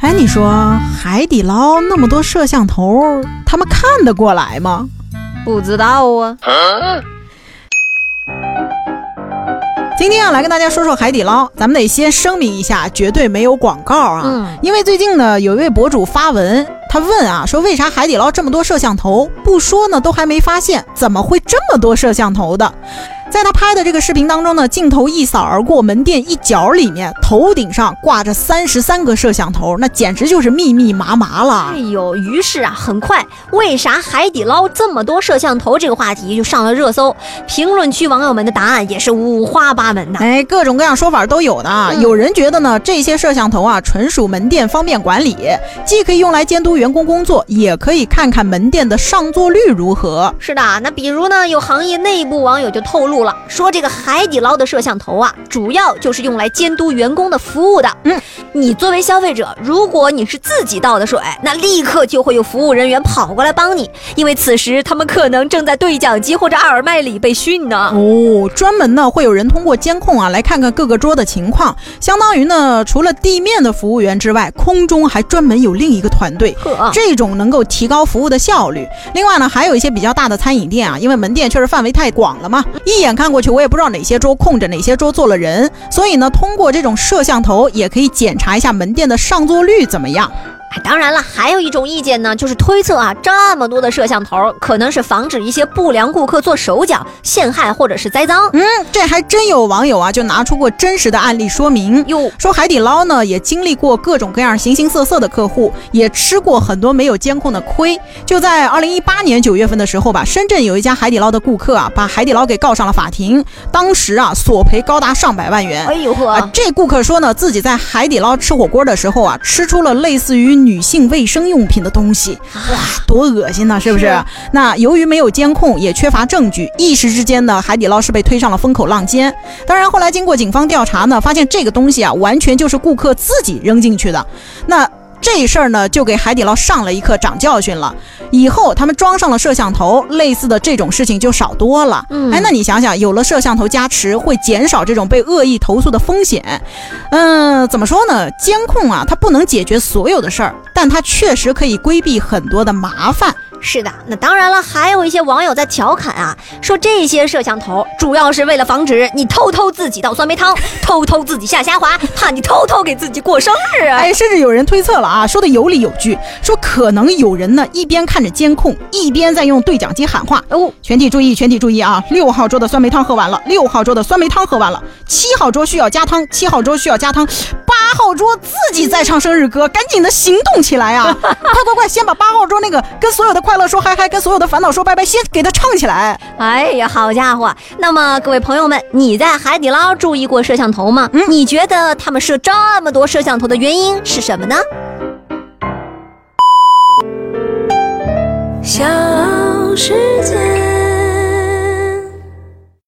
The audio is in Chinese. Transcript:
哎，你说海底捞那么多摄像头，他们看得过来吗？ 不知道啊。 今天来跟大家说说海底捞，咱们得先声明一下，绝对没有广告啊。因为最近呢，有一位博主发文，他问啊，说为啥海底捞这么多摄像头？不说呢，都还没发现，怎么会这么多摄像头的？在他拍的这个视频当中呢，镜头一扫而过，门店一角里面，头顶上挂着33个摄像头，那简直就是密密麻麻了。 哎呦，于是啊，很快，为啥海底捞这么多摄像头这个话题就上了热搜，评论区网友们的答案也是五花八门的。 哎，各种各样说法都有的啊。有人觉得呢，这些摄像头啊，纯属门店方便管理，既可以用来监督员工工作，也可以看看门店的上座率如何。 是的，那比如呢，有行业内部网友就透露了，说这个海底捞的摄像头啊，主要就是用来监督员工的服务的。你作为消费者，如果你是自己倒的水，那立刻就会有服务人员跑过来帮你，因为此时他们可能正在对讲机或者耳麦里被训呢。 哦，专门呢会有人通过监控啊来看看各个桌的情况，相当于呢除了地面的服务员之外，空中还专门有另一个团队，这种能够提高服务的效率。另外呢，还有一些比较大的餐饮店啊，因为门店确实范围太广了嘛，一眼看过去我也不知道哪些桌空着，哪些桌坐了人，所以呢通过这种摄像头也可以检查一下门店的上座率怎么样。 当然了，还有一种意见呢，就是推测啊，这么多的摄像头可能是防止一些不良顾客做手脚陷害或者是栽赃。 这还真有网友啊就拿出过真实的案例说明，说海底捞呢也经历过各种各样形形色色的客户，也吃过很多没有监控的亏。就在2018年9月份的时候吧，深圳有一家海底捞的顾客啊，把海底捞给告上了法庭，当时啊索赔高达上百万元。 哎呦呵， 这顾客说呢，自己在海底捞吃火锅的时候啊，吃出了类似于女性卫生用品的东西，哇，多恶心呢，是不是？那由于没有监控，也缺乏证据，一时之间呢，海底捞是被推上了风口浪尖。当然，后来经过警方调查呢，发现这个东西啊，完全就是顾客自己扔进去的。那这事儿呢，就给海底捞上了一课，长教训了。以后他们装上了摄像头，类似的这种事情就少多了。那你想想，有了摄像头加持，会减少这种被恶意投诉的风险。怎么说呢？监控啊，它不能解决所有的事儿，但它确实可以规避很多的麻烦。 是的，那当然了，还有一些网友在调侃啊，说这些摄像头主要是为了防止你偷偷自己倒酸梅汤，偷偷自己下虾滑，怕你偷偷给自己过生日啊。 甚至有人推测了啊，说的有理有据，说可能有人呢一边看着监控，一边在用对讲机喊话，全体注意，全体注意啊，6号桌的酸梅汤喝完了，6号桌的酸梅汤喝完了，7号桌需要加汤，7号桌需要加汤，8号桌自己在唱生日歌，赶紧的行动起来啊！快，先把8号桌那个跟所有的快乐说嗨嗨，跟所有的烦恼说拜拜，先给他唱起来。 哎呀，好家伙！那么各位朋友们，你在海底捞注意过摄像头吗？你觉得他们设这么多摄像头的原因是什么呢？